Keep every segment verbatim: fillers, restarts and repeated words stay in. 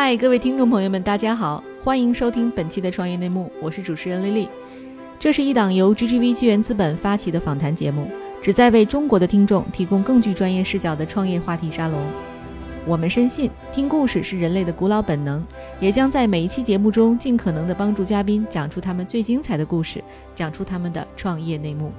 嗨，各位听众朋友们，大家好，欢迎收听本期的创业内幕，我是主持人丽丽。这是一档由 G G V 纪元资本发起的访谈节目，旨在为中国的听众提供更具专业视角的创业话题沙龙。我们深信，听故事是人类的古老本能，也将在每一期节目中尽可能地帮助嘉宾讲出他们最精彩的故事，讲出他们的创业内幕。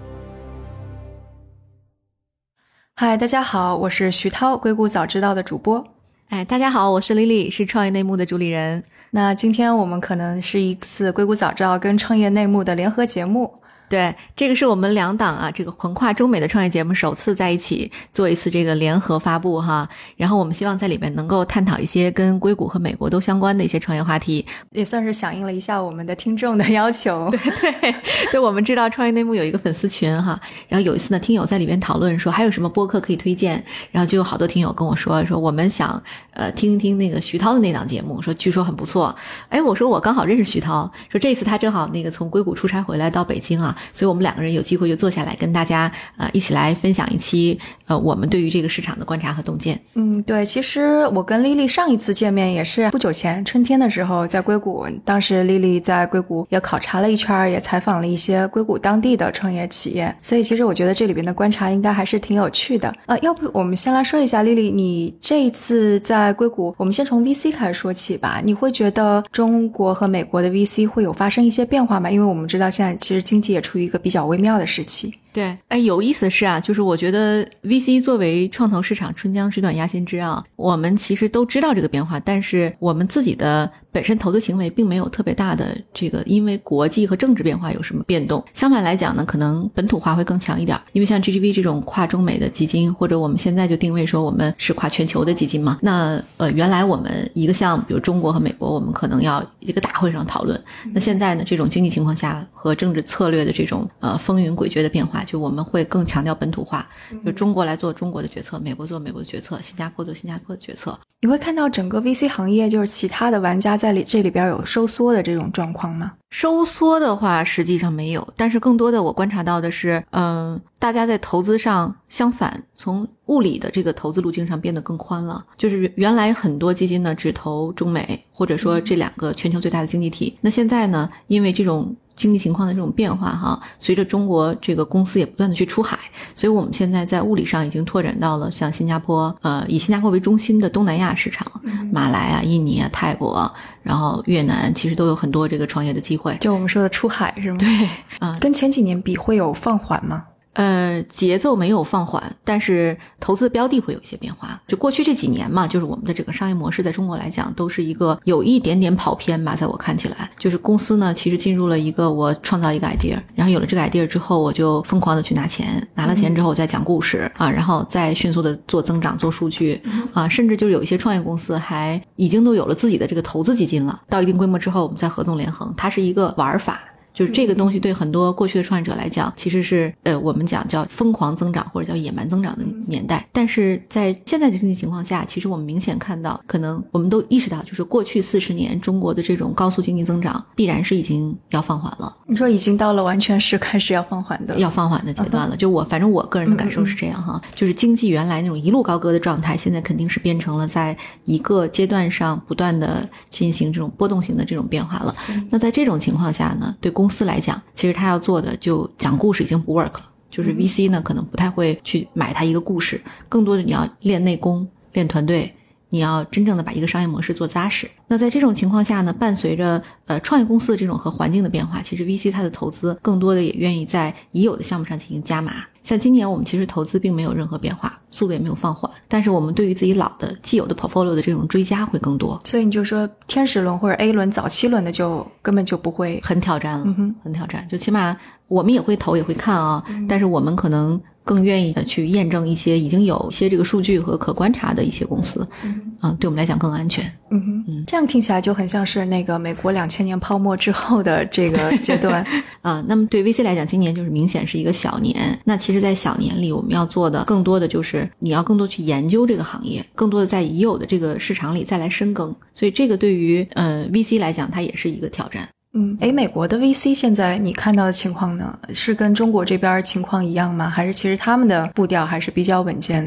嗨，大家好，我是徐涛，硅谷早知道的主播。 哎，大家好，我是丽丽，是创业内幕的主理人。 那今天我们可能是一次硅谷早知道跟创业内幕的联合节目。 对，这个是我们两档啊，这个横跨中美的创业节目首次在一起做一次这个联合发布哈。然后我们希望在里面能够探讨一些跟硅谷和美国都相关的一些创业话题， 也算是响应了一下我们的听众的要求。 对对对，我们知道创业内幕有一个粉丝群哈，然后有一次呢，听友在里面讨论说还有什么播客可以推荐，然后就有好多听友跟我说说我们想呃听一听那个徐涛的那档节目，说据说很不错。哎，我说我刚好认识徐涛，说这次他正好那个从硅谷出差回来到北京啊。所以我们两个人有机会就坐下来跟大家呃一起来分享一期呃我们对于这个市场的观察和洞见。 嗯，对，其实我跟丽丽上一次见面也是不久前春天的时候在硅谷，当时丽丽在硅谷也考察了一圈，也采访了一些硅谷当地的创业企业，所以其实我觉得这里边的观察应该还是挺有趣的。呃，要不我们先来说一下丽丽，你这一次在硅谷，我们先从 V C 开始说起吧。你会觉得中国和美国的 V C 会有发生一些变化吗？因为我们知道现在其实经济也处于一个比较微妙的时期。 对，哎，有意思是啊，就是我觉得 V C 作为创投市场春江水暖鸭先知啊，我们其实都知道这个变化，但是我们自己的本身投资行为并没有特别大的这个因为国际和政治变化有什么变动。相反来讲呢，可能本土化会更强一点，因为像 G G V 这种跨中美的基金，或者我们现在就定位说我们是跨全球的基金嘛。那呃，原来我们一个项目，比如中国和美国，我们可能要一个大会上讨论。那现在呢，这种经济情况下和政治策略的这种呃风云诡谲的变化，就我们会更强调本土化，就中国来做中国的决策，美国做美国的决策，新加坡做新加坡的决策。 你会看到整个 V C 行业就是其他的玩家在里这里边有收缩的这种状况吗？ 收缩的话实际上没有，但是更多的我观察到的是嗯、呃，大家在投资上相反从物理的这个投资路径上变得更宽了。就是原来很多基金呢只投中美，或者说这两个全球最大的经济体、嗯、那现在呢，因为这种经济情况的这种变化哈，随着中国这个公司也不断的去出海，所以我们现在在物理上已经拓展到了像新加坡呃，以新加坡为中心的东南亚市场、嗯、马来啊、印尼啊、泰国，然后越南其实都有很多这个创业的机会。 就我们说的出海是吗？ 对、呃、 跟前几年比会有放缓吗？ 呃，节奏没有放缓，但是投资标的会有一些变化。就过去这几年嘛，就是我们的这个商业模式在中国来讲都是一个有一点点跑偏吧，在我看起来，就是公司呢其实进入了一个我创造一个 idea， 然后有了这个 idea 之后我就疯狂的去拿钱，拿了钱之后我再讲故事、嗯、啊，然后再迅速的做增长做数据、嗯、啊，甚至就是有一些创业公司还已经都有了自己的这个投资基金了，到一定规模之后我们再合纵连横，它是一个玩法。就是这个东西对很多过去的创业者来讲其实是呃我们讲叫疯狂增长或者叫野蛮增长的年代，但是在现在的经济情况下，其实我们明显看到可能我们都意识到就是过去四十年中国的这种高速经济增长必然是已经要放缓了。 你说已经到了完全是开始要放缓的要放缓的阶段了、uh-huh. 就我反正我个人的感受是这样哈、嗯嗯，就是经济原来那种一路高歌的状态现在肯定是变成了在一个阶段上不断的进行这种波动型的这种变化了、嗯、那在这种情况下呢，对公司来讲其实他要做的就讲故事已经不 work 了，就是 V C 呢可能不太会去买他一个故事，更多的你要练内功练团队，你要真正的把一个商业模式做扎实。那在这种情况下呢，伴随着呃创业公司的这种和环境的变化，其实 V C 它的投资更多的也愿意在已有的项目上进行加码。像今年我们其实投资并没有任何变化，速度也没有放缓，但是我们对于自己老的既有的 portfolio 的这种追加会更多。 所以你就说天使轮或者 A 轮早期轮的就根本就不会很挑战了、嗯、很挑战，就起码我们也会投也会看啊、嗯，但是我们可能更愿意的去验证一些已经有一些这个数据和可观察的一些公司，嗯、呃，对我们来讲更安全。 嗯哼，嗯，这样听起来就很像是那个美国两千年泡沫之后的这个阶段啊、呃。那么对 V C 来讲，今年就是明显是一个小年。那其实在小年里我们要做的更多的就是你要更多去研究这个行业，更多的在已有的这个市场里再来深耕，所以这个对于呃 V C 来讲它也是一个挑战。 嗯，诶，美国的 V C 现在你看到的情况呢，是跟中国这边情况一样吗？还是其实他们的步调还是比较稳健的？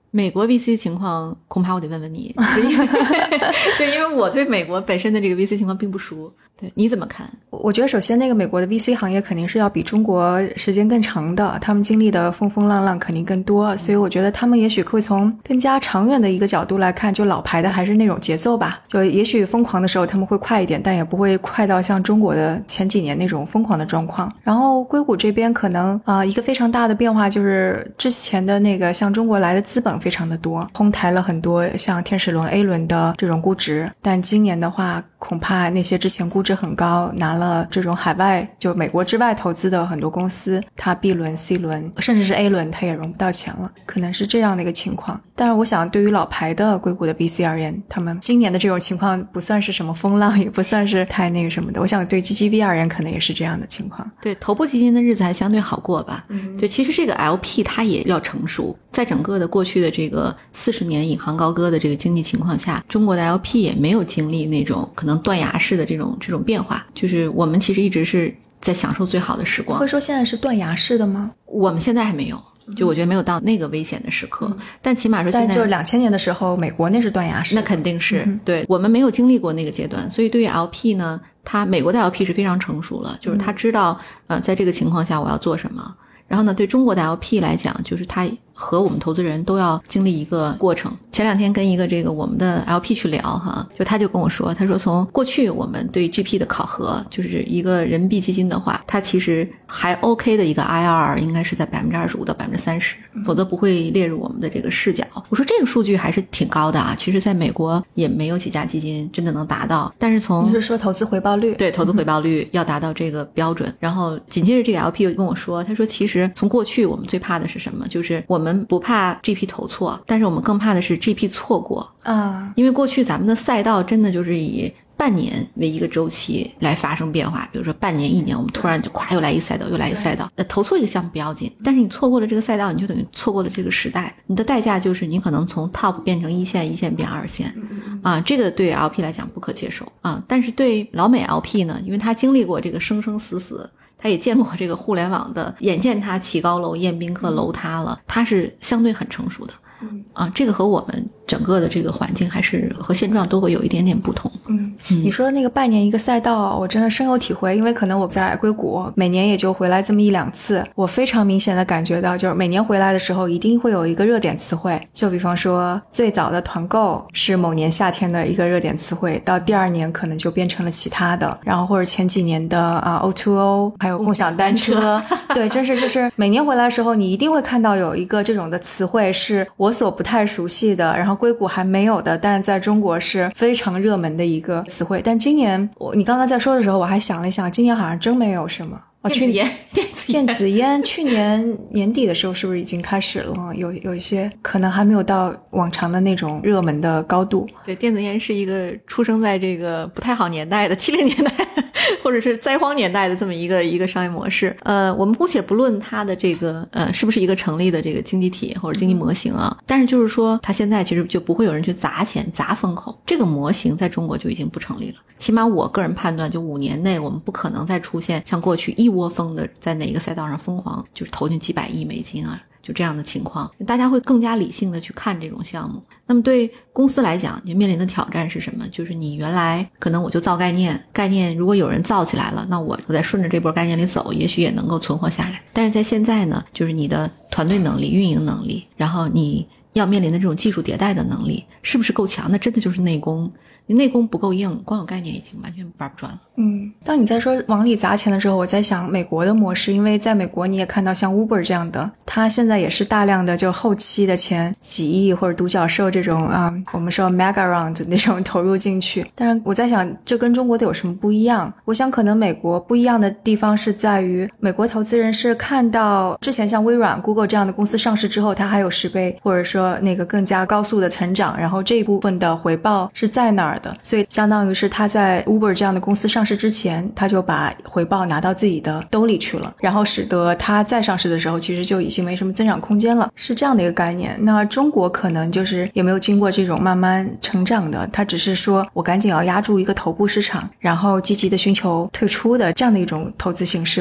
美国 V C 情况恐怕我得问问你，对，因为我对美国本身的这个 V C 情况并不熟，对，你怎么看？ 我觉得首先那个美国的 V C 行业肯定是要比中国时间更长的，他们经历的风风浪浪肯定更多，所以我觉得他们也许会从更加长远的一个角度来看，就老牌的还是那种节奏吧，就也许疯狂的时候他们会快一点，但也不会快到像中国的前几年那种疯狂的状况。然后硅谷这边可能啊、呃、一个非常大的变化就是之前的那个像中国来的资本非常的多，哄抬了很多像天使轮 A 轮的这种估值，但今年的话恐怕那些之前估值很高拿了这种海外就美国之外投资的很多公司，它 B 轮 C 轮甚至是 A 轮它也融不到钱了，可能是这样的一个情况。但是我想对于老牌的硅谷的 V C 而言，他们今年的这种情况不算是什么风浪，也不算是太那个什么的，我想对 G G V 而言可能也是这样的情况。 对，头部基金的日子还相对好过吧。嗯，对，其实这个 L P 它也要成熟，在整个的过去的这个四十年引吭高歌的这个经济情况下，中国的 L P 也没有经历那种可能断崖式的这种这种变化，就是我们其实一直是在享受最好的时光。 会说现在是断崖式的吗？ 我们现在还没有，就我觉得没有到那个危险的时刻，嗯、但起码说现在， 但就是两千年的时候美国那是断崖式的， 那肯定是、嗯、对，我们没有经历过那个阶段，所以对于 L P 呢，他美国的 L P 是非常成熟了，就是他知道、嗯、呃，在这个情况下我要做什么。然后呢，对中国的 L P 来讲，就是他和我们投资人都要经历一个过程。前两天跟一个这个我们的 L P 去聊哈，就他就跟我说，他说从过去我们对 G P 的考核，就是一个人民币基金的话，它其实还 OK 的一个 I R R 应该是在 百分之二十五 到 百分之三十， 否则不会列入我们的这个视角。我说这个数据还是挺高的啊，其实在美国也没有几家基金真的能达到，但是从你是说投资回报率？ 对，投资回报率要达到这个标准。然后紧接着这个 L P 又跟我说，他说其实从过去我们最怕的是什么，就是我们不怕 G P 投错，但是我们更怕的是 G P 错过啊，因为过去咱们的赛道真的就是以半年为一个周期来发生变化，比如说半年一年我们突然就咵又来一个赛道又来一个赛道，那投错一个项目不要紧，但是你错过了这个赛道，你就等于错过了这个时代，你的代价就是你可能从 top 变成一线，一线变二线啊，这个对 L P 来讲不可接受啊。但是对老美 L P 呢，因为他经历过这个生生死死，他也见过这个互联网的，眼见他起高楼宴宾客楼塌了，他是相对很成熟的啊，这个和我们整个的这个环境还是和现状都会有一点点不同。 嗯，你说的那个半年一个赛道，我真的深有体会，因为可能我在硅谷每年也就回来这么一两次，我非常明显的感觉到，就是每年回来的时候一定会有一个热点词汇，就比方说最早的团购是某年夏天的一个热点词汇，到第二年可能就变成了其他的，然后或者前几年的啊 O to O 还有共享单车，对，真是就是每年回来的时候你一定会看到有一个这种的词汇是我所不太熟悉的，然后硅谷还没有的，但是在中国是非常热门的一个词汇。但今年我你刚刚在说的时候我还想了一想，今年好像真没有什么。 哦，电子烟，电子烟， 电子烟，去年年底的时候是不是已经开始了？有有一些可能还没有到往常的那种热门的高度。 对，电子烟是一个出生在这个不太好年代的七零年代，或者是灾荒年代的这么一个一个商业模式。呃，我们姑且不论它的这个呃是不是一个成立的这个经济体或者经济模型啊，但是就是说它现在其实就不会有人去砸钱砸风口，这个模型在中国就已经不成立了。起码我个人判断，就五年内我们不可能再出现像过去一窝蜂的在哪个赛道上疯狂就是投进几百亿美金啊，就这样的情况，大家会更加理性的去看这种项目。那么对公司来讲，你面临的挑战是什么？就是你原来可能我就造概念，概念如果有人造起来了，那我我再顺着这波概念里走，也许也能够存活下来。但是在现在呢，就是你的团队能力、运营能力，然后你要面临的这种技术迭代的能力是不是够强，那真的就是内功。你内功不够硬，光有概念已经完全玩不转了。 嗯，当你在说往里砸钱的时候，我在想美国的模式，因为在美国你也看到像 Uber 这样的，它现在也是大量的就后期的钱几亿或者独角兽这种啊、嗯，我们说 mega round 那种投入进去。但是我在想这跟中国的有什么不一样？我想可能美国不一样的地方是在于美国投资人是看到之前像微软 Google 这样的公司上市之后，它还有十倍或者说那个更加高速的成长，然后这一部分的回报是在哪儿的，所以相当于是他在 Uber 这样的公司上市之前，他就把回报拿到自己的兜里去了，然后使得他再上市的时候其实就已经没什么增长空间了，是这样的一个概念。那中国可能就是也没有经过这种慢慢成长的，他只是说我赶紧要压住一个头部市场，然后积极的寻求退出的这样的一种投资形式吧。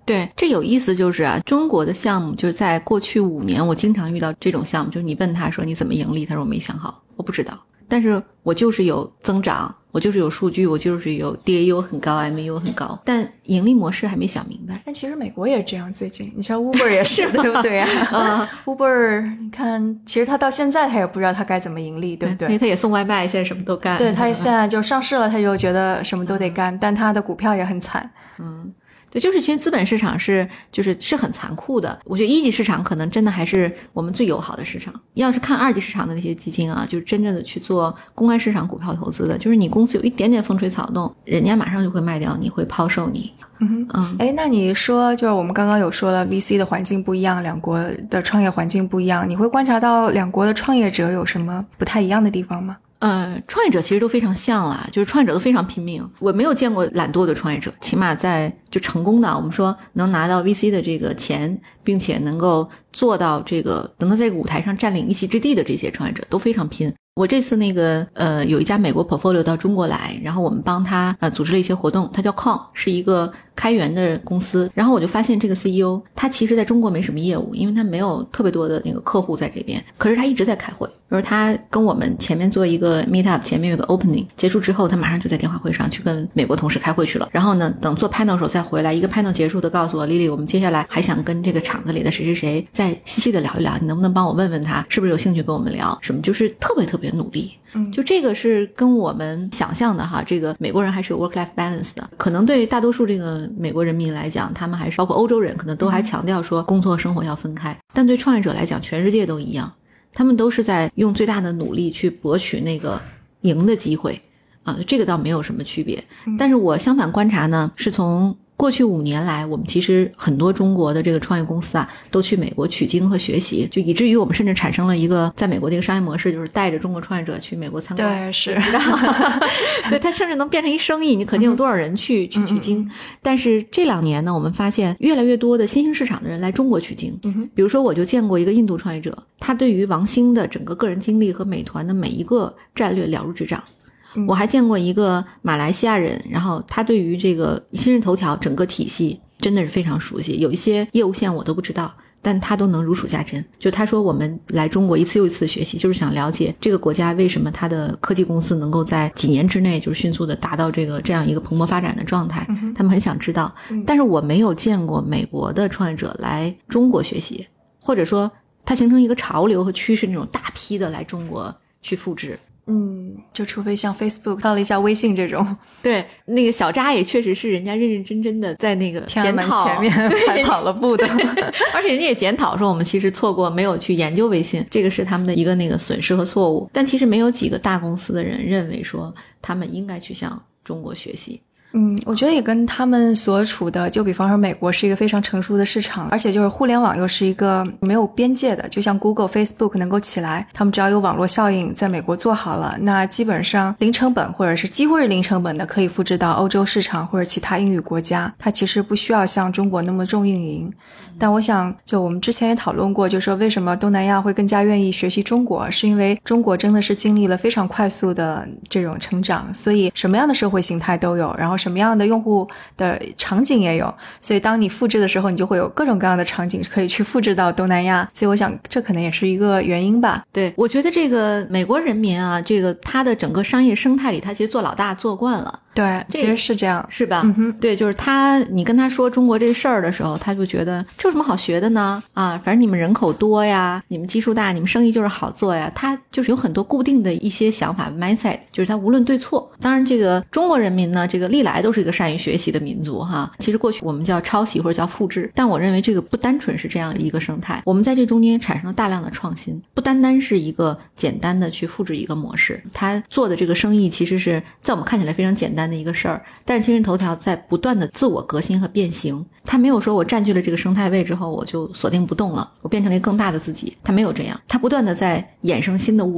对，这有意思就是啊，中国的项目就是在过去五年我经常遇到这种项目，就是你问他说你怎么盈利，他说我没想好，我不知道，但是我就是有增长，我就是有数据，我就是有 D A U 很高 M A U 很高，但盈利模式还没想明白。 但其实美国也这样，最近你知道 Uber 也是对不对啊、uh, Uber 你看其实他到现在他也不知道他该怎么盈利，对不对？ 因为他也送外卖，现在什么都干。 对，他现在就上市了，他就觉得什么都得干、嗯、但他的股票也很惨。 嗯，对，就是其实资本市场是就是是很残酷的。我觉得一级市场可能真的还是我们最友好的市场。要是看二级市场的那些基金啊，就是真正的去做公开市场股票投资的，就是你公司有一点点风吹草动，人家马上就会卖掉你，会抛售你。 嗯嗯，哎，那你说就是我们刚刚有说了 V C 的环境不一样，两国的创业环境不一样，你会观察到两国的创业者有什么不太一样的地方吗？ 呃，创业者其实都非常像啦，就是创业者都非常拼命。我没有见过懒惰的创业者，起码在就成功的，我们说能拿到 V C 的这个钱，并且能够做到这个能够在这个舞台上占领一席之地的这些创业者都非常拼。我这次那个呃有一家美国 portfolio 到中国来，然后我们帮他呃组织了一些活动，它叫 C O N， 是一个开源的公司。然后我就发现这个 C E O 他其实在中国没什么业务，因为他没有特别多的那个客户在这边，可是他一直在开会。就是他跟我们前面做一个 meetup， 前面有个 opening， 结束之后他马上就在电话会上去跟美国同事开会去了。然后呢等做 panel 的时候再回来，一个 panel 结束的告诉我 Lily 我们接下来还想跟这个场子里的谁谁谁再细细的聊一聊，你能不能帮我问问他是不是有兴趣跟我们聊什么，就是特别特别努力。嗯，就这个是跟我们想象的哈，这个美国人还是有 work-life balance 的。可能对大多数这个美国人民来讲，他们还是包括欧洲人，可能都还强调说工作生活要分开。但对创业者来讲，全世界都一样，他们都是在用最大的努力去博取那个赢的机会啊，这个倒没有什么区别。但是我相反观察呢，是从过去五年来，我们其实很多中国的这个创业公司啊，都去美国取经和学习，就以至于我们甚至产生了一个在美国的一个商业模式，就是带着中国创业者去美国参观。 对，是， 对，它甚至能变成一生意，你可见有多少人去、嗯、去取经、嗯。但是这两年呢，我们发现越来越多的新兴市场的人来中国取经。嗯、比如说，我就见过一个印度创业者，他对于王兴的整个个人经历和美团的每一个战略了如指掌。我还见过一个马来西亚人，然后他对于这个新日头条整个体系真的是非常熟悉，有一些业务线我都不知道，但他都能如数家珍。就他说我们来中国一次又一次的学习，就是想了解这个国家为什么他的科技公司能够在几年之内就是迅速的达到这个这样一个蓬勃发展的状态、嗯、他们很想知道、嗯、但是我没有见过美国的创业者来中国学习，或者说它形成一个潮流和趋势，那种大批的来中国去复制。 嗯，就除非像 Facebook 看了一下微信这种。 对，那个小扎也确实是人家认认真真的在那个天安门前面还跑了步的而且人家也检讨说我们其实错过没有去研究微信，这个是他们的一个那个损失和错误。但其实没有几个大公司的人认为说他们应该去向中国学习。 嗯，我觉得也跟他们所处的，就比方说美国是一个非常成熟的市场，而且就是互联网又是一个没有边界的，就像 Google、Facebook 能够起来，他们只要有网络效应在美国做好了，那基本上零成本或者是几乎是零成本的可以复制到欧洲市场或者其他英语国家，它其实不需要像中国那么重运营。但我想就我们之前也讨论过，就说为什么东南亚会更加愿意学习中国，是因为中国真的是经历了非常快速的这种成长，所以什么样的社会形态都有，然后什么样的用户的场景也有，所以当你复制的时候，你就会有各种各样的场景可以去复制到东南亚，所以我想这可能也是一个原因吧。 对，我觉得这个美国人民啊，这个他的整个商业生态里，他其实做老大做惯了。 对，其实是这样， 是吧？ 嗯哼， 对，就是他，你跟他说中国这事儿的时候，他就觉得这有什么好学的呢？啊，反正你们人口多呀，你们基数大，你们生意就是好做呀。他就是有很多固定的一些想法 mindset， 就是他无论对错。当然，这个中国人民呢，这个历来都是一个善于学习的民族哈。其实过去我们叫抄袭或者叫复制，但我认为这个不单纯是这样的一个生态，我们在这中间产生了大量的创新，不单单是一个简单的去复制一个模式。他做的这个生意其实是在我们看起来非常简单的一个事儿，但是今日头条在不断的自我革新和变形。他没有说我占据了这个生态位之后我就锁定不动了，我变成了一个更大的自己，他没有这样，他不断的在衍生新的物种，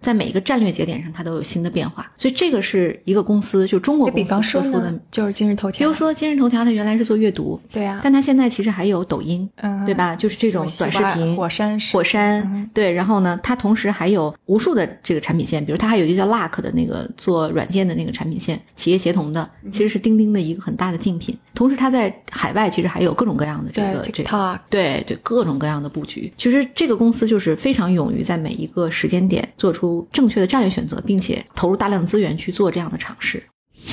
在每一个战略节点上它都有新的变化，所以这个是一个公司，就中国公司比方说特殊的， 就是今日头条， 比如说今日头条它原来是做阅读， 对啊， 但它现在其实还有抖音， 嗯， 对吧？就是这种短视频， 火山火山、嗯、对，然后呢它同时还有无数的这个产品线，比如它还有一个叫 Luck 的那个做软件的那个产品线，企业协同的，其实是钉钉的一个很大的竞品，同时它在海外其实还有各种各样的这个对 TikTok， 对对，各种各样的布局。其实这个公司就是非常勇于在每一个时间点做出正确的战略选择，并且投入大量资源去做这样的尝试。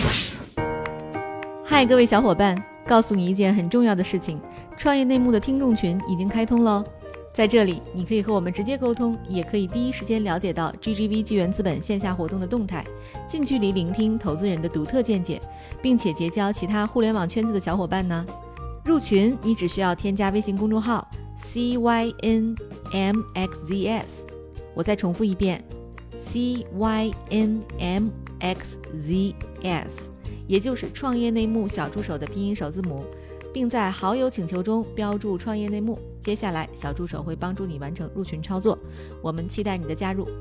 嗨，各位小伙伴，告诉你一件很重要的事情，创业内幕的听众群已经开通了，在这里你可以和我们直接沟通，也可以第一时间了解到 G G V 纪元资本线下活动的动态，近距离聆听投资人的独特见解，并且结交其他互联网圈子的小伙伴呢。入群你只需要添加微信公众号 C Y N M X Z S， 我再重复一遍 C Y N M X Z S， 也就是创业内幕小助手的拼音首字母，并在好友请求中标注创业内幕，接下来小助手会帮助你完成入群操作，我们期待你的加入。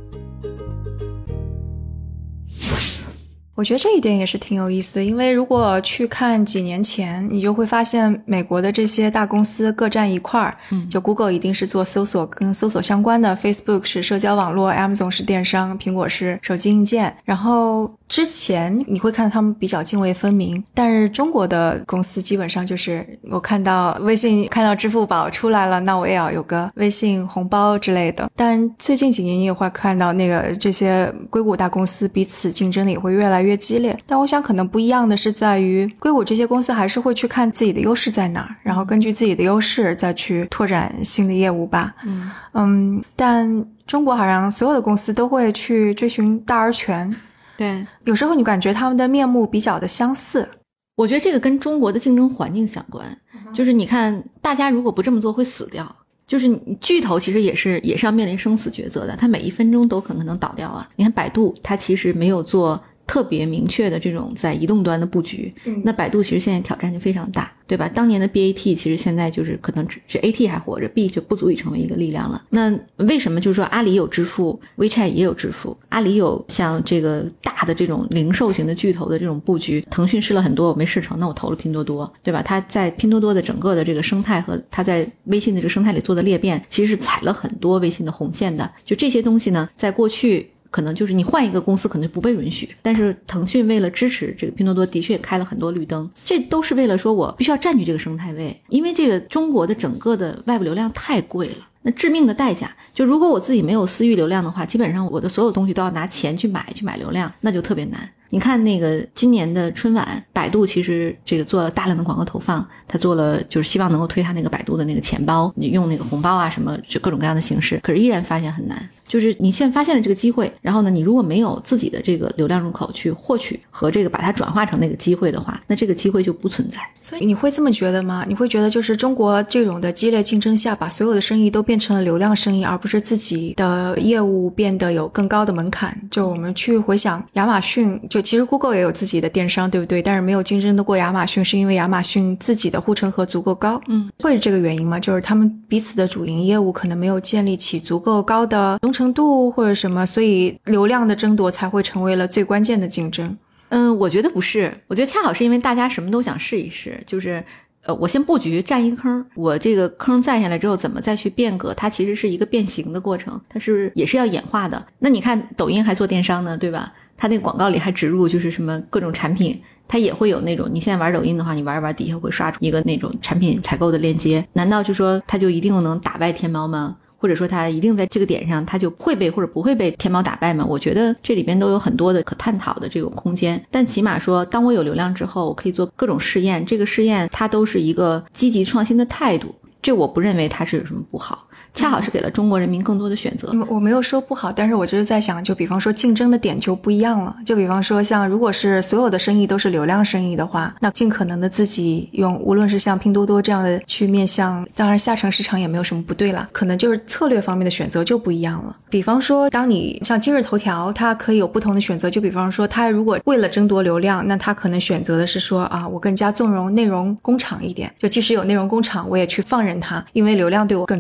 我觉得这一点也是挺有意思的，因为如果去看几年前，你就会发现美国的这些大公司各占一块儿，嗯，就 Google 一定是做搜索跟搜索相关的， Facebook 是社交网络， Amazon 是电商，苹果是手机硬件，然后之前你会看到他们比较泾渭分明，但是中国的公司基本上就是我看到微信看到支付宝出来了，那我也要有个微信红包之类的。但最近几年你也会看到那个这些硅谷大公司彼此竞争力也会越来越激烈，但我想可能不一样的是在于硅谷这些公司还是会去看自己的优势在哪儿，然后根据自己的优势再去拓展新的业务吧。嗯嗯，但中国好像所有的公司都会去追寻大而全， 对， 有时候你感觉他们的面目比较的相似。 我觉得这个跟中国的竞争环境相关，就是你看大家如果不这么做会死掉，就是巨头其实也是也是要面临生死抉择的，它每一分钟都可能能倒掉啊。你看百度它其实没有做特别明确的这种在移动端的布局，嗯，那百度其实现在挑战就非常大，对吧？当年的 B A T 其实现在就是可能只是 A T 还活着， B 就不足以成为一个力量了。那为什么就是说阿里有支付， WeChat 也有支付，阿里有像这个大的这种零售型的巨头的这种布局，腾讯试了很多我没试成，那我投了拼多多，对吧？他在拼多多的整个的这个生态和他在微信的这个生态里做的裂变，其实是踩了很多微信的红线的。就这些东西呢，在过去可能就是你换一个公司可能不被允许，但是腾讯为了支持这个拼多多的确开了很多绿灯，这都是为了说我必须要占据这个生态位，因为这个中国的整个的外部流量太贵了，那致命的代价就如果我自己没有私域流量的话，基本上我的所有东西都要拿钱去买去买流量，那就特别难。你看那个今年的春晚，百度其实这个做了大量的广告投放，他做了就是希望能够推他那个百度的那个钱包，你用那个红包啊什么就各种各样的形式，可是依然发现很难。就是你现在发现了这个机会，然后呢你如果没有自己的这个流量入口去获取和这个把它转化成那个机会的话，那这个机会就不存在。 所以你会这么觉得吗？你会觉得就是中国这种的激烈竞争下，把所有的生意都变成了流量生意，而不是自己的业务变得有更高的门槛。就我们去回想亚马逊，就其实 Google 也有自己的电商，对不对？但是没有竞争得过亚马逊，是因为亚马逊自己的护城河足够高。嗯，会是这个原因吗？就是他们彼此的主营业务可能没有建立起足够高的忠诚度或者什么，所以流量的争夺才会成为了最关键的竞争。 嗯，我觉得不是，我觉得恰好是因为大家什么都想试一试，就是呃，我先布局占一个坑，我这个坑占下来之后怎么再去变革，它其实是一个变形的过程，它是也是要演化的。那你看抖音还做电商呢，对吧？它那个广告里还植入就是什么各种产品，它也会有那种你现在玩抖音的话，你玩一玩底下会刷出一个那种产品采购的链接，难道就说它就一定能打败天猫吗？或者说它一定在这个点上它就会被或者不会被天猫打败吗？我觉得这里边都有很多的可探讨的这种空间，但起码说当我有流量之后，我可以做各种试验，这个试验它都是一个积极创新的态度，这我不认为它是有什么不好，恰好是给了中国人民更多的选择。 我没有说不好，但是我就是在想，就比方说竞争的点就不一样了。就比方说像如果是所有的生意都是流量生意的话，那尽可能的自己用，无论是像拼多多这样的去面向，当然下沉市场也没有什么不对啦，可能就是策略方面的选择就不一样了。比方说当你像今日头条，它可以有不同的选择，就比方说它如果为了争夺流量，那它可能选择的是说啊，我更加纵容内容工厂一点，就即使有内容工厂我也去放任它，因为流量对我更重要。但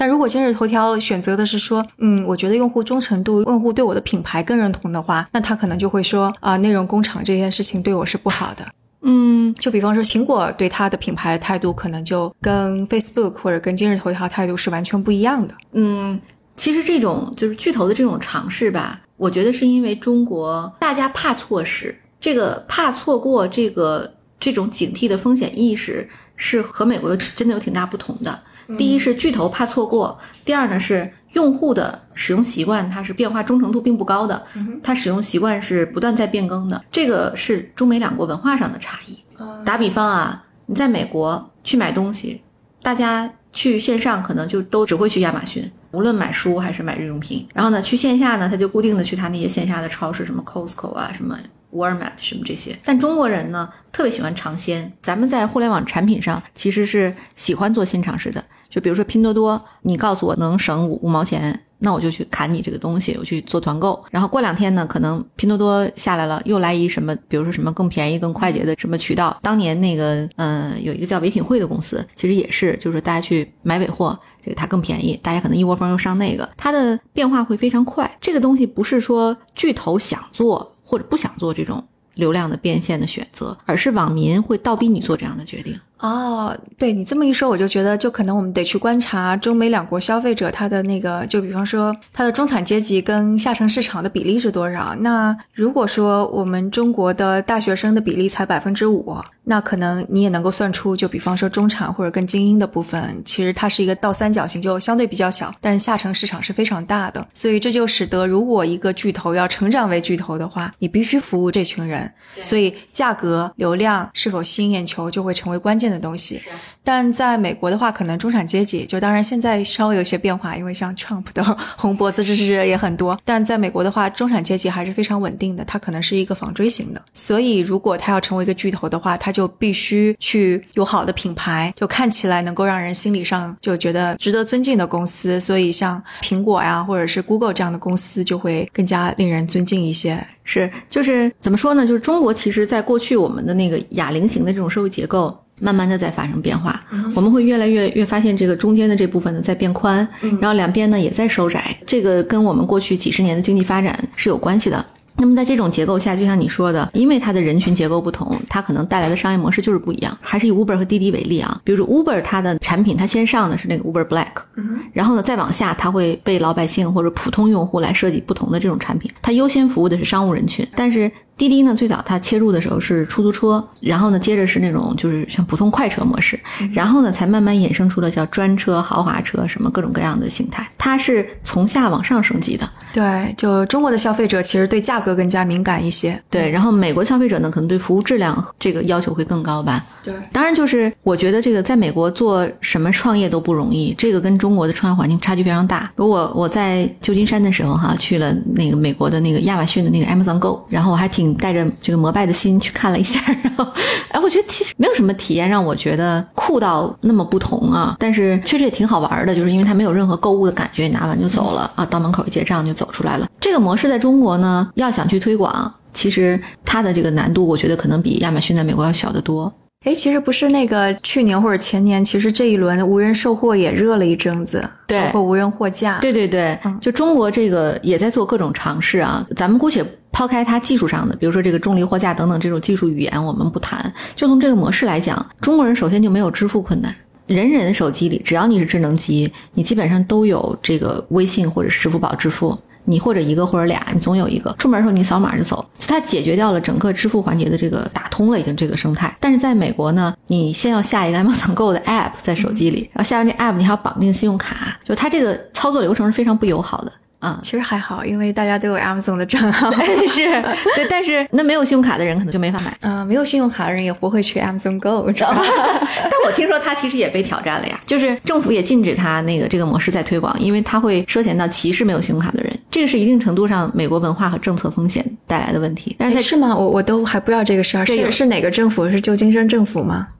但如果今日头条选择的是说，嗯，我觉得用户忠诚度，用户对我的品牌更认同的话，那他可能就会说啊、呃，内容工厂这件事情对我是不好的。嗯，就比方说苹果对它的品牌的态度可能就跟 Facebook 或者跟今日头条态度是完全不一样的。 嗯，其实这种就是巨头的这种尝试吧，我觉得是因为中国大家怕错失，这个怕错过这个这种警惕的风险意识是和美国真的有挺大不同的。第一是巨头怕错过，第二呢是用户的使用习惯它是变化忠诚度并不高的，它使用习惯是不断在变更的，这个是中美两国文化上的差异。打比方啊，你在美国去买东西，大家去线上可能就都只会去亚马逊，无论买书还是买日用品，然后呢去线下呢他就固定的去他那些线下的超市，什么 Costco 啊，什么Walmart 什么这些。但中国人呢特别喜欢尝鲜，咱们在互联网产品上其实是喜欢做新尝试的。就比如说拼多多，你告诉我能省五五毛钱，那我就去砍你这个东西，我去做团购。然后过两天呢，可能拼多多下来了，又来一什么，比如说什么更便宜更快捷的什么渠道。当年那个嗯、呃，有一个叫唯品会的公司，其实也是就是大家去买尾货，这个它更便宜，大家可能一窝蜂又上那个，它的变化会非常快。这个东西不是说巨头想做或者不想做这种流量的变现的选择，而是网民会倒逼你做这样的决定。 哦，对，你这么一说，我就觉得就可能我们得去观察中美两国消费者他的那个，就比方说他的中产阶级跟下沉市场的比例是多少。那如果说我们中国的大学生的比例才百分之五，那可能你也能够算出，就比方说中产或者更精英的部分，其实它是一个倒三角形，就相对比较小，但下沉市场是非常大的。所以这就使得如果一个巨头要成长为巨头的话，你必须服务这群人，所以价格、流量是否吸引眼球就会成为关键的东西。但在美国的话，可能中产阶级就当然现在稍微有一些变化，因为像 Trump 的红脖子支持者也很多，但在美国的话，中产阶级还是非常稳定的，它可能是一个纺锥型的。所以如果它要成为一个巨头的话，它就必须去有好的品牌，就看起来能够让人心理上就觉得值得尊敬的公司。所以像苹果呀或者是 Google 这样的公司就会更加令人尊敬一些。 是，就是怎么说呢，就是中国其实在过去我们的那个哑铃型的这种社会结构慢慢的在发生变化、嗯、我们会越来越越发现这个中间的这部分呢在变宽、嗯、然后两边呢也在收窄，这个跟我们过去几十年的经济发展是有关系的。那么在这种结构下，就像你说的，因为它的人群结构不同，它可能带来的商业模式就是不一样。还是以 Uber 和滴滴为例啊，比如说 Uber 它的产品它先上的是那个 Uber Black、嗯、然后呢再往下它会被老百姓或者普通用户来设计不同的这种产品，它优先服务的是商务人群。但是滴滴呢最早它切入的时候是出租车，然后呢接着是那种就是像普通快车模式，然后呢才慢慢衍生出了叫专车、豪华车什么各种各样的形态，它是从下往上升级的。 对，就中国的消费者其实对价格更加敏感一些， 对，然后美国消费者呢可能对服务质量这个要求会更高吧。 对， 当然就是我觉得这个在美国做什么创业都不容易，这个跟中国的创业环境差距非常大。如果我在旧金山的时候哈，去了那个美国的那个亚马逊的那个 Amazon Go， 然后我还挺带着这个膜拜的心去看了一下，然后哎，我觉得其实没有什么体验让我觉得酷到那么不同啊，但是确实也挺好玩的，就是因为它没有任何购物的感觉，拿完就走了啊，到门口一结账就走出来了。这个模式在中国呢，要想去推广，其实它的这个难度我觉得可能比亚马逊在美国要小得多。 诶，其实不是那个去年或者前年，其实这一轮无人售货也热了一阵子， 对， 包括无人货架。 对对对、嗯、就中国这个也在做各种尝试啊。咱们姑且抛开它技术上的，比如说这个重力货架等等这种技术语言我们不谈，就从这个模式来讲，中国人首先就没有支付困难。人人手机里只要你是智能机，你基本上都有这个微信或者支付宝支付，你或者一个或者俩，你总有一个，出门的时候你扫码就走，所以它解决掉了整个支付环节的这个打通了已经这个生态。但是在美国呢，你先要下一个 Amazon Go 的 app 在手机里，然后下完这 app 你还要绑定信用卡，就它这个操作流程是非常不友好的。嗯， 其实还好，因为大家都有 Amazon 的账号。 是，对，但是那没有信用卡的人可能就没法买。 嗯、呃，没有信用卡的人也不会去 Amazon Go， 知道吧？ 但我听说它其实也被挑战了呀，就是政府也禁止它那个这个模式在推广，因为它会涉嫌到歧视没有信用卡的人，这个是一定程度上美国文化和政策风险带来的问题。但是是吗？我我都还不知道这个事儿，是是哪个政府？是旧金山政府吗？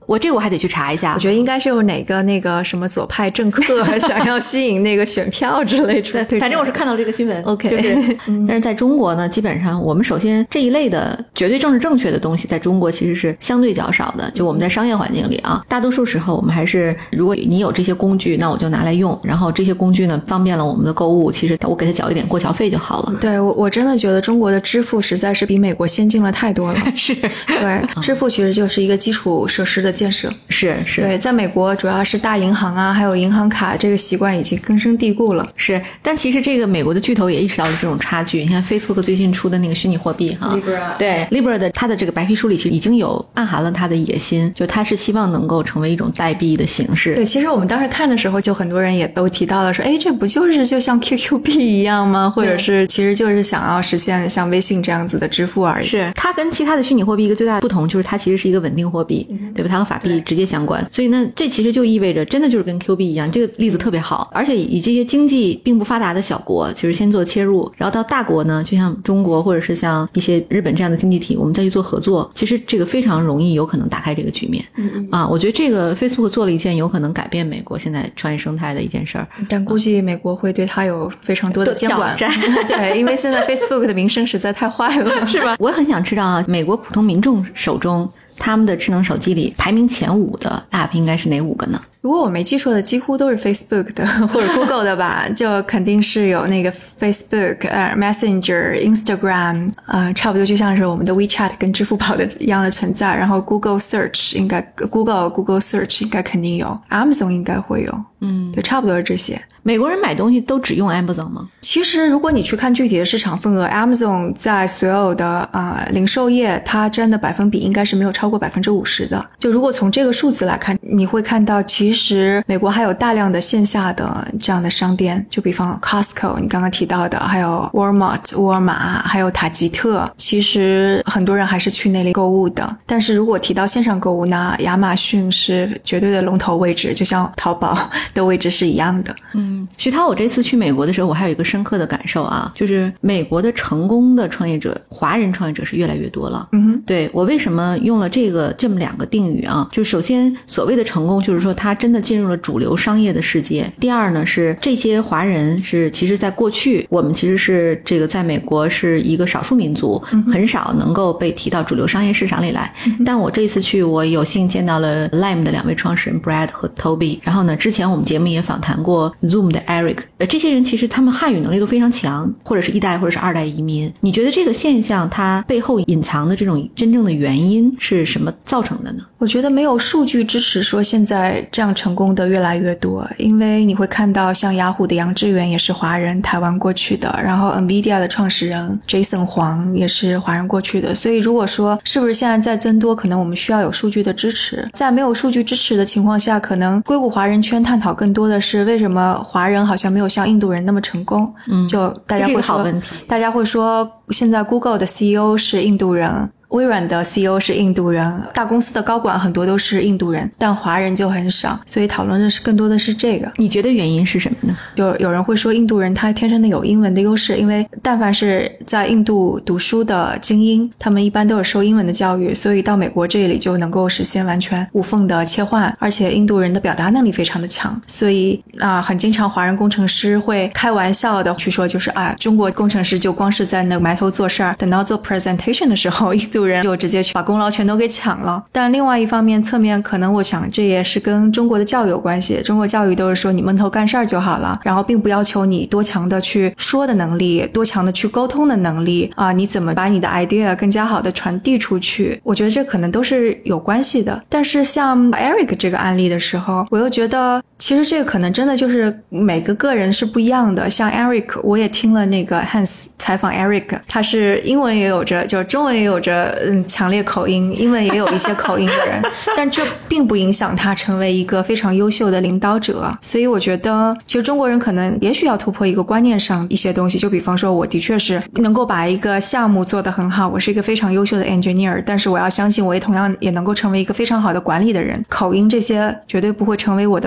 我这个我还得去查一下。 我觉得应该是有哪个那个什么左派政客想要吸引那个选票之类的。 对，反正我是看到这个新闻。 OK， 就是，但是在中国呢，基本上我们首先这一类的绝对政治正确的东西，在中国其实是相对较少的。就我们在商业环境里啊，大多数时候我们还是，如果你有这些工具，那我就拿来用，然后这些工具呢方便了我们的购物，其实我给他缴一点过桥费就好了。 对，我我真的觉得中国的支付实在是比美国先进了太多了。 是， 对，支付其实就是一个基础设施的建设。 是是， 对，在美国主要是大银行啊，还有银行卡这个习惯已经根深蒂固了。 是，但其实这个美国的巨头也意识到了这种差距。你看 Facebook 最近出的那个虚拟货币哈 Libra， 对 Libra 的它的这个白皮书里其实已经有暗含了它的野心，就它是希望能够成为一种代币的形式。 对，其实我们当时看的时候，就很多人也都提到了说，哎，这不就是就像 Q Q 币一样吗？或者是其实就是想要实现像微信这样子的支付而已。 是，它跟其他的虚拟货币一个最大的不同就是它其实是一个稳定货币，嗯、对吧？它和法币直接相关。所以呢，这其实就意味着真的就是跟 Q 币一样，这个例子特别好。而且以这些经济并不发达的小国，就是先做切入，然后到大国呢，就像中国或者是像一些日本这样的经济体，我们再去做合作，其实这个非常容易有可能打开这个局面。嗯嗯啊，我觉得这个 Facebook 做了一件有可能改变美国现在创业生态的一件事儿， 但估计美国会对它有非常多的监管。对，因为现在 Facebook 的名声实在太坏了， 是吧？我很想知道啊，美国普通民众手中他们的智能手机里排名前五的 App 应该是哪五个呢？ 如果我没记错的，几乎都是 Facebook 的或者 Google 的吧，就肯定是有那个 Facebook、呃、Messenger、Instagram， 呃，差不多就像是我们的 WeChat 跟支付宝的一样的存在。然后 Google Search 应该 Google Google Search 应该肯定有 ，Amazon 应该会有，嗯，对，差不多是这些。 美国人买东西都只用 Amazon 吗？ 其实如果你去看具体的市场份额 ，Amazon 在所有的呃零售业，它占的百分比应该是没有超过百分之五十的。就如果从这个数字来看，你会看到其实美国还有大量的线下的这样的商店，就比方 Costco 你刚刚提到的，还有 Walmart 沃尔玛，还有塔吉特，其实很多人还是去那里购物的。但是如果提到线上购物呢，亚马逊是绝对的龙头位置，就像淘宝的位置是一样的。 嗯，徐涛，我这次去美国的时候，我还有一个深刻的感受啊，就是美国的成功的创业者，华人创业者是越来越多了。嗯哼，对，我为什么用了这个这么两个定语啊？就首先所谓的成功，就是说他真的进入了主流商业的世界。第二呢，是这些华人是其实在过去我们其实是这个在美国是一个少数民族，很少能够被提到主流商业市场里来。但我这次去，我有幸见到了 Lime 的两位创始人 Brad 和 Toby， 然后呢，之前我们节目也访谈过 Zoom 的 Eric， 呃，这些人其实他们汉语能力都非常强，或者是一代或者是二代移民。你觉得这个现象它背后隐藏的这种真正的原因是什么造成的呢？ 我觉得没有数据支持说现在这样成功的越来越多，因为你会看到像雅虎的杨致远也是华人台湾过去的，然后 Nvidia 的创始人 Jason 黄也是华人过去的，所以如果说是不是现在在增多，可能我们需要有数据的支持。在没有数据支持的情况下，可能硅谷华人圈探讨更多的是为什么华人好像没有像印度人那么成功。嗯，就大家会说，这是个好问题。大家会说现在 Google 的 C E O 是印度人，微软的 C E O 是印度人，大公司的高管很多都是印度人，但华人就很少，所以讨论的是更多的是这个。 你觉得原因是什么呢？ 就有人会说印度人他天生的有英文的优势，因为但凡是在印度读书的精英，他们一般都有受英文的教育，所以到美国这里就能够实现完全无缝的切换，而且印度人的表达能力非常的强，所以啊，很经常华人工程师会开玩笑的去说，就是啊，中国工程师就光是在那个埋头做事儿，等到做 presentation 的时候，印度人就直接去把功劳全都给抢了。但另外一方面，侧面可能我想这也是跟中国的教育有关系。中国教育都是说你闷头干事儿就好了，然后并不要求你多强的去说的能力，多强的去沟通的能力啊，你怎么把你的 idea 更加好的传递出去，我觉得这可能都是有关系的。但是像 Eric 这个案例的时候，我又觉得其实这个可能真的就是每个个人是不一样的。像 Eric， 我也听了那个 Hans 采访 Eric， 他是英文也有着，就中文也有着嗯强烈口音，英文也有一些口音的人，但这并不影响他成为一个非常优秀的领导者。所以我觉得其实中国人可能也许要突破一个观念上一些东西，就比方说我的确是能够把一个项目做得很好，我是一个非常优秀的 engineer， 但是我要相信我也同样也能够成为一个非常好的管理的人，口音这些绝对不会成为我的问题。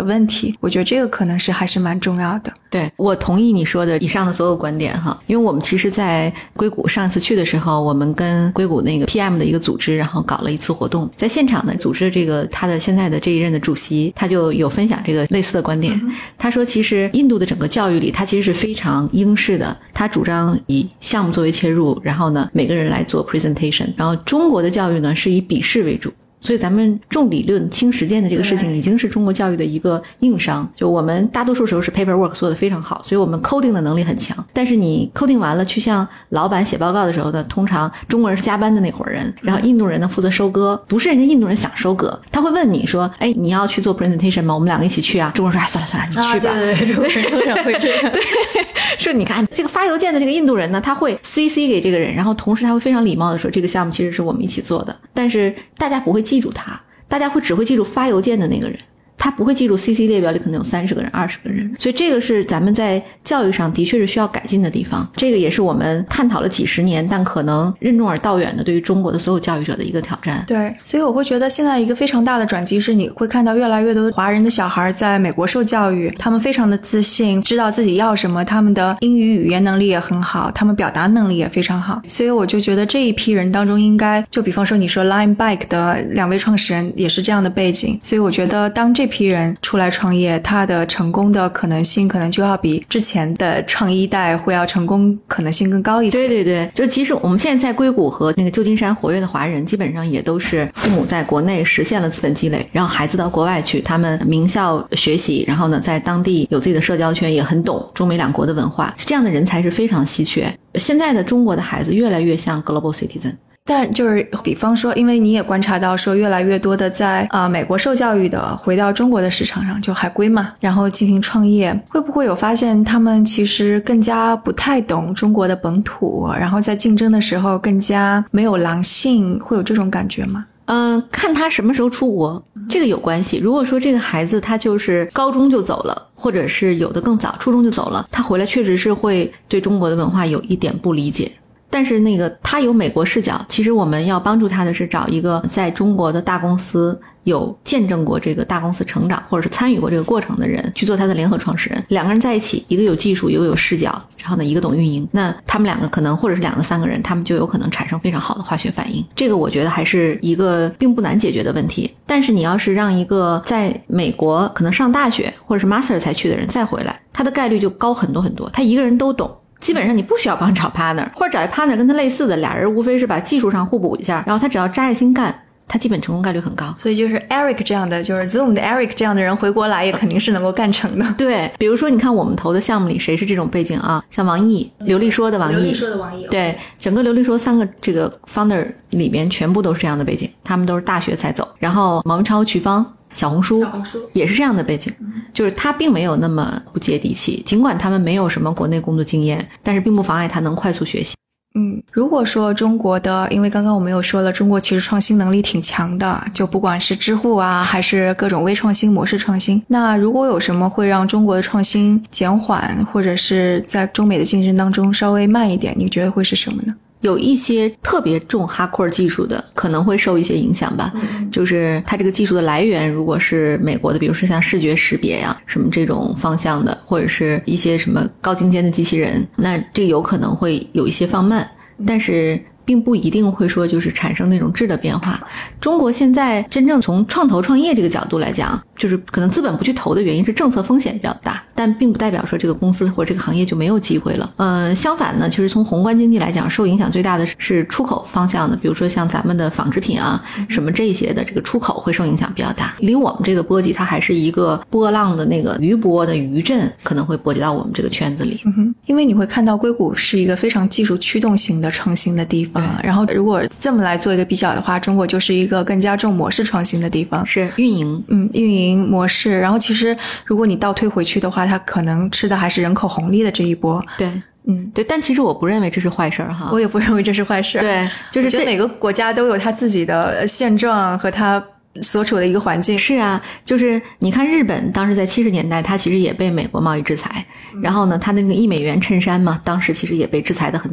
题，我觉得这个可能是还是蛮重要的。 对，我同意你说的以上的所有观点哈，因为我们其实在硅谷上一次去的时候，我们跟硅谷那个 P M 的一个组织然后搞了一次活动，在现场呢组织这个他的现在的这一任的主席他就有分享这个类似的观点、嗯、他说其实印度的整个教育里他其实是非常英式的，他主张以项目作为切入，然后呢每个人来做 presentation， 然后中国的教育呢是以笔试为主，所以咱们重理论轻实践的这个事情已经是中国教育的一个硬伤，就我们大多数时候是 paperwork 做得非常好，所以我们 coding 的能力很强，但是你 coding 完了去向老板写报告的时候呢，通常中国人是加班的那伙人，然后印度人呢负责收割，不是人家印度人想收割，他会问你说哎，你要去做 presentation 吗？我们两个一起去啊。中国人说、哎、算了算了你去吧、啊、 对对对，中国人通常会这样对，说你看这个发邮件的这个印度人呢，他会 C C 给这个人，然后同时他会非常礼貌的说这个项目其实是我们一起做的，但是大家不会记住他，大家会只会记住发邮件的那个人，他不会记住 C C 列表里可能有三十个人二十个人，所以这个是咱们在教育上的确是需要改进的地方，这个也是我们探讨了几十年但可能任重而道远的对于中国的所有教育者的一个挑战。 对，所以我会觉得现在一个非常大的转机是你会看到越来越多华人的小孩在美国受教育，他们非常的自信，知道自己要什么，他们的英语语言能力也很好，他们表达能力也非常好，所以我就觉得这一批人当中应该就比方说你说 Line Bike 的两位创始人也是这样的背景，所以我觉得当这批人出来创业，他的成功的可能性可能就要比之前的创一代会要成功可能性更高一些。 对对对，就其实我们现在在硅谷和那个旧金山活跃的华人基本上也都是父母在国内实现了资本积累，然后孩子到国外去，他们名校学习，然后呢在当地有自己的社交圈，也很懂中美两国的文化，这样的人才是非常稀缺。现在的中国的孩子越来越像 global citizen。 但就是比方说，因为你也观察到说越来越多的在啊、呃、美国受教育的回到中国的市场上，就海归嘛，然后进行创业，会不会有发现他们其实更加不太懂中国的本土，然后在竞争的时候更加没有狼性，会有这种感觉吗？ 嗯、呃，看他什么时候出国，这个有关系。如果说这个孩子他就是高中就走了，或者是有的更早，初中就走了，他回来确实是会对中国的文化有一点不理解。但是那个他有美国视角，其实我们要帮助他的是找一个在中国的大公司有见证过这个大公司成长或者是参与过这个过程的人去做他的联合创始人，两个人在一起，一个有技术，一个有视角，然后呢一个懂运营，那他们两个可能或者是两个三个人，他们就有可能产生非常好的化学反应。这个我觉得还是一个并不难解决的问题。但是你要是让一个在美国可能上大学或者是 master 才去的人再回来，他的概率就高很多很多，他一个人都懂，基本上你不需要帮找 partner， 或者找一 partner 跟他类似的，俩人无非是把技术上互补一下，然后他只要扎下心干，他基本成功概率很高。 所以就是 Eric 这样的，就是 Zoom 的 Eric 这样的人回国来也肯定是能够干成的。 对，比如说你看我们投的项目里谁是这种背景啊？像王毅，刘丽说的王毅， 刘丽说的王毅， 对，整个刘丽说三个这个 founder 里面全部都是这样的背景，他们都是大学才走。然后毛文超、瞿芳、小红书也是这样的背景，就是他并没有那么不接地气，尽管他们没有什么国内工作经验，但是并不妨碍他能快速学习。 嗯，如果说中国的，因为刚刚我们有说了，中国其实创新能力挺强的，就不管是知乎啊，还是各种微创新、模式创新。那如果有什么会让中国的创新减缓，或者是在中美的竞争当中稍微慢一点，你觉得会是什么呢？ 有一些特别重 hardcore 技术的可能会受一些影响吧、嗯、就是它这个技术的来源如果是美国的，比如说像视觉识别呀、啊、什么这种方向的，或者是一些什么高精尖的机器人，那这个有可能会有一些放慢，但是并不一定会说就是产生那种质的变化。中国现在真正从创投创业这个角度来讲，就是可能资本不去投的原因是政策风险比较大，但并不代表说这个公司或者这个行业就没有机会了。嗯，相反呢，其实从宏观经济来讲，受影响最大的是出口方向的，比如说像咱们的纺织品啊什么这些的，这个出口会受影响比较大。离我们这个波及它还是一个波浪的那个余波的余震，可能会波及到我们这个圈子里。 嗯哼，因为你会看到硅谷是一个非常技术驱动型的创新的地方，然后如果这么来做一个比较的话，中国就是一个更加重模式创新的地方， 是运营， 嗯，运营模式。然后其实如果你倒推回去的话，它可能吃的还是人口红利的这一波。 对，嗯，对，但其实我不认为这是坏事哈， 我也不认为这是坏事。 对，就是这每个国家都有它自己的现状和它所处的一个环境。 是啊，就是你看日本当时在七十年代，它其实也被美国贸易制裁，嗯、然后呢，它的那个一美元衬衫嘛，当时其实也被制裁得很惨。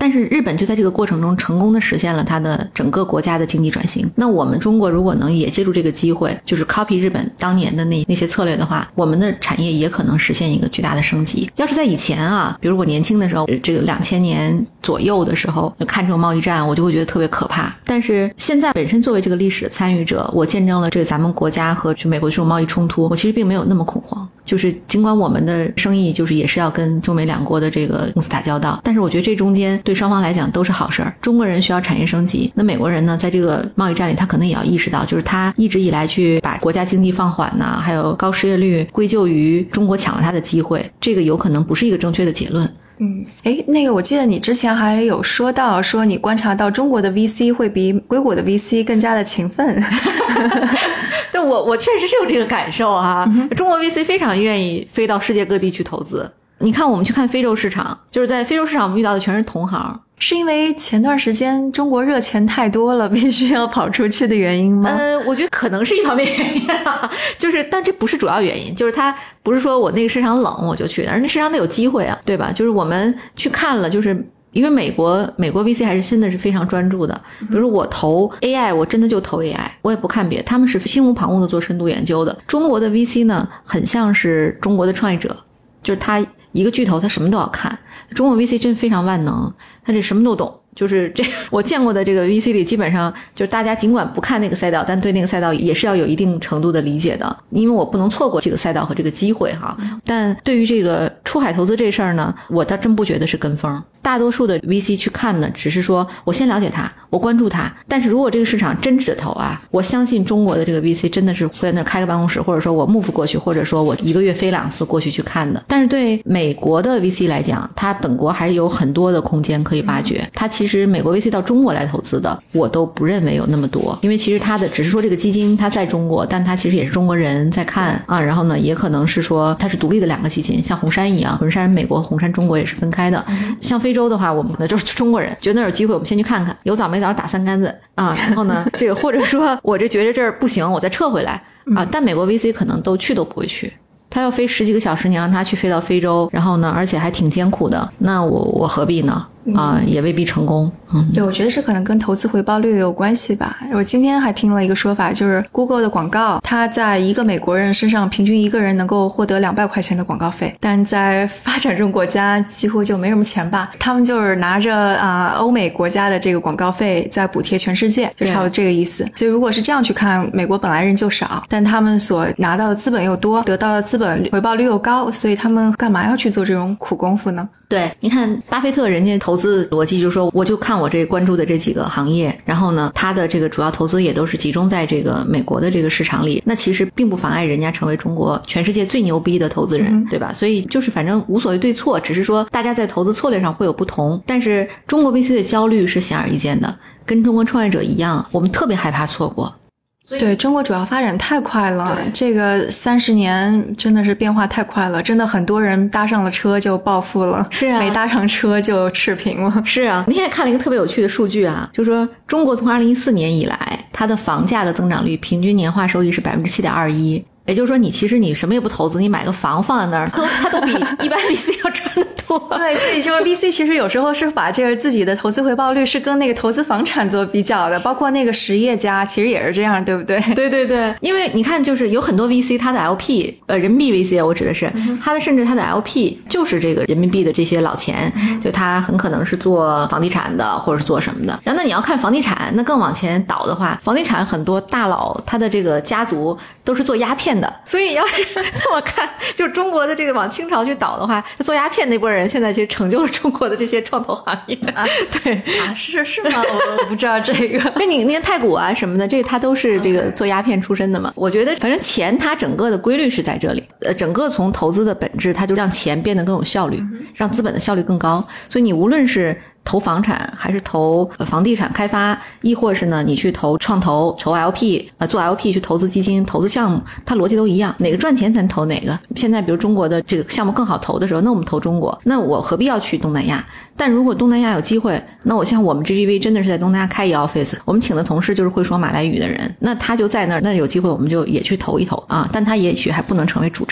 但是日本就在这个过程中成功的实现了它的整个国家的经济转型。那我们中国如果能也借助这个机会，就是 copy 日本当年的那那些策略的话，我们的产业也可能实现一个巨大的升级。要是在以前啊，比如我年轻的时候，这个两千年左右的时候，就看这种贸易战，我就会觉得特别可怕。但是现在本身作为这个历史的参与者，我见证了这个咱们国家和美国的这种贸易冲突，我其实并没有那么恐慌。就是尽管我们的生意就是也是要跟中美两国的这个公司打交道，但是我觉得这中间对双方来讲都是好事儿。中国人需要产业升级，那美国人呢，在这个贸易战里，他可能也要意识到，就是他一直以来去把国家经济放缓呐、啊，还有高失业率归咎于中国抢了他的机会，这个有可能不是一个正确的结论。 嗯，诶，那个我记得你之前还有说到，说你观察到中国的 V C 会比硅谷的 V C 更加的勤奋。 但我我确实是有这个感受啊，嗯、中国 V C 非常愿意飞到世界各地去投资。你看我们去看非洲市场，就是在非洲市场我们遇到的全是同行。 是因为前段时间中国热钱太多了，必须要跑出去的原因吗？ 呃，我觉得可能是一方面原因啊，就是但这不是主要原因，就是它不是说我那个市场冷我就去，而那市场得有机会啊，对吧？就是我们去看了，就是因为美国美国 V C 还是真的是非常专注的，比如我投 A I， 我真的就投 A I， 我也不看别的，他们是心无旁骛的做深度研究的。中国的 V C 呢，很像是中国的创业者，就是他一个巨头他什么都要看，中国 V C 真非常万能，他这什么都懂。就是这我见过的这个 V C 里，基本上就是大家尽管不看那个赛道，但对那个赛道也是要有一定程度的理解的，因为我不能错过这个赛道和这个机会哈。但对于这个出海投资这事儿呢，我倒真不觉得是跟风。大多数的 V C 去看呢，只是说我先了解它，我关注它。但是如果这个市场真值得投啊，我相信中国的这个 V C 真的是会在那儿开个办公室，或者说我 move 过去，或者说我一个月飞两次过去去看的。但是对美国的 V C 来讲，它本国还有很多的空间可以挖掘。它其实美国 V C 到中国来投资的，我都不认为有那么多，因为其实它的只是说这个基金它在中国，但它其实也是中国人在看啊。然后呢，也可能是说它是独立的两个基金，像红杉一样，红杉美国、红杉中国也是分开的。像非洲的话，我们可能就是中国人觉得那有机会，我们先去看看，有枣没枣打三竿子啊。然后呢，这个或者说我这觉得这儿不行，我再撤回来啊。但美国 V C 可能都去都不会去。他要飞十几个小时，你让他去飞到非洲，然后呢，而且还挺艰苦的，那我我何必呢？啊、呃，也未必成功。嗯， 对，我觉得这可能跟投资回报率有关系吧。我今天还听了一个说法，就是 Google 的广告，它在一个美国人身上平均一个人能够获得两百块钱的广告费，但在发展中国家几乎就没什么钱吧。他们就是拿着啊、呃、欧美国家的这个广告费在补贴全世界，就差不多这个意思。所以如果是这样去看，美国本来人就少，但他们所拿到的资本又多，得到的资本回报率又高，所以他们干嘛要去做这种苦功夫呢？ 对，你看巴菲特人家投资逻辑就是说，我就看我这关注的这几个行业，然后呢，他的这个主要投资也都是集中在这个美国的这个市场里，那其实并不妨碍人家成为中国全世界最牛逼的投资人，嗯、对吧？所以就是反正无所谓对错，只是说大家在投资策略上会有不同，但是中国 V C 的焦虑是显而易见的，跟中国创业者一样，我们特别害怕错过。 对，中国主要发展太快了，这个三十年真的是变化太快了，真的很多人搭上了车就暴富了， 是啊， 没搭上车就赤贫了。 是啊，那天看了一个特别有趣的数据啊，就是说中国从二零一四年以来，它的房价的增长率平均年化收益是 百分之七点二一， 也就是说你其实你什么也不投资，你买个房放在那儿，都它都比一般 V C 要赚得多。 对，所以就是 V C 其实有时候是把这个自己的投资回报率是跟那个投资房产做比较的，包括那个实业家其实也是这样，对不对？ 对对对，因为你看就是有很多 V C 它的 L P 呃人民币 V C 我指的是它的甚至它的 L P 就是这个人民币的这些老钱，就它很可能是做房地产的或者是做什么的。然后那你要看房地产，那更往前倒的话，房地产很多大佬他的这个家族都是做鸦片的，所以要是这么看，就中国的这个往清朝去倒的话，做鸦片那波人现在其实成就了中国的这些创投行业啊。对啊，是是吗？我不知道这个。 那你那个太古啊什么的，这个他都是这个做鸦片出身的嘛。我觉得反正钱它整个的规律是在这里，呃，整个从投资的本质，它就让钱变得更有效率，让资本的效率更高。所以你无论是投房产还是投房地产开发，亦或是呢你去投创投投 L P 呃做 L P 去投资基金投资项目，它逻辑都一样，哪个赚钱咱投哪个。现在比如中国的这个项目更好投的时候，那我们投中国，那我何必要去东南亚？但如果东南亚有机会，那我像我们 G G V 真的是在东南亚开一 office， 我们请的同事就是会说马来语的人，那他就在那儿，那有机会我们就也去投一投啊，但他也许还不能成为主战场。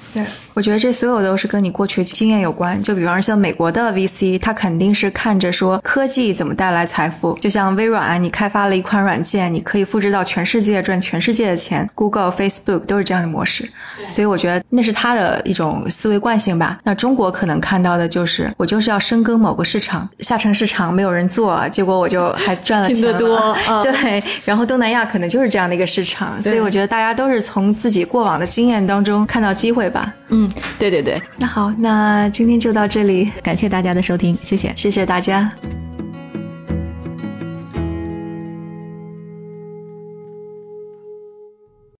对，我觉得这所有都是跟你过去经验有关。就比方像美国的 V C， 他肯定是看着说科技怎么带来财富，就像微软，你开发了一款软件，你可以复制到全世界赚全世界的钱， Google、Facebook 都是这样的模式。所以我觉得那是他的一种思维惯性吧。那中国可能看到的就是我就是要深耕某个市场，下沉市场没有人做，结果我就还赚了钱了。 拼得多、嗯、 对，然后东南亚可能就是这样的一个市场。所以我觉得大家都是从自己过往的经验当中看到机会吧。 嗯，对对对。 那好，那今天就到这里， 感谢大家的收听，谢谢， 谢谢大家。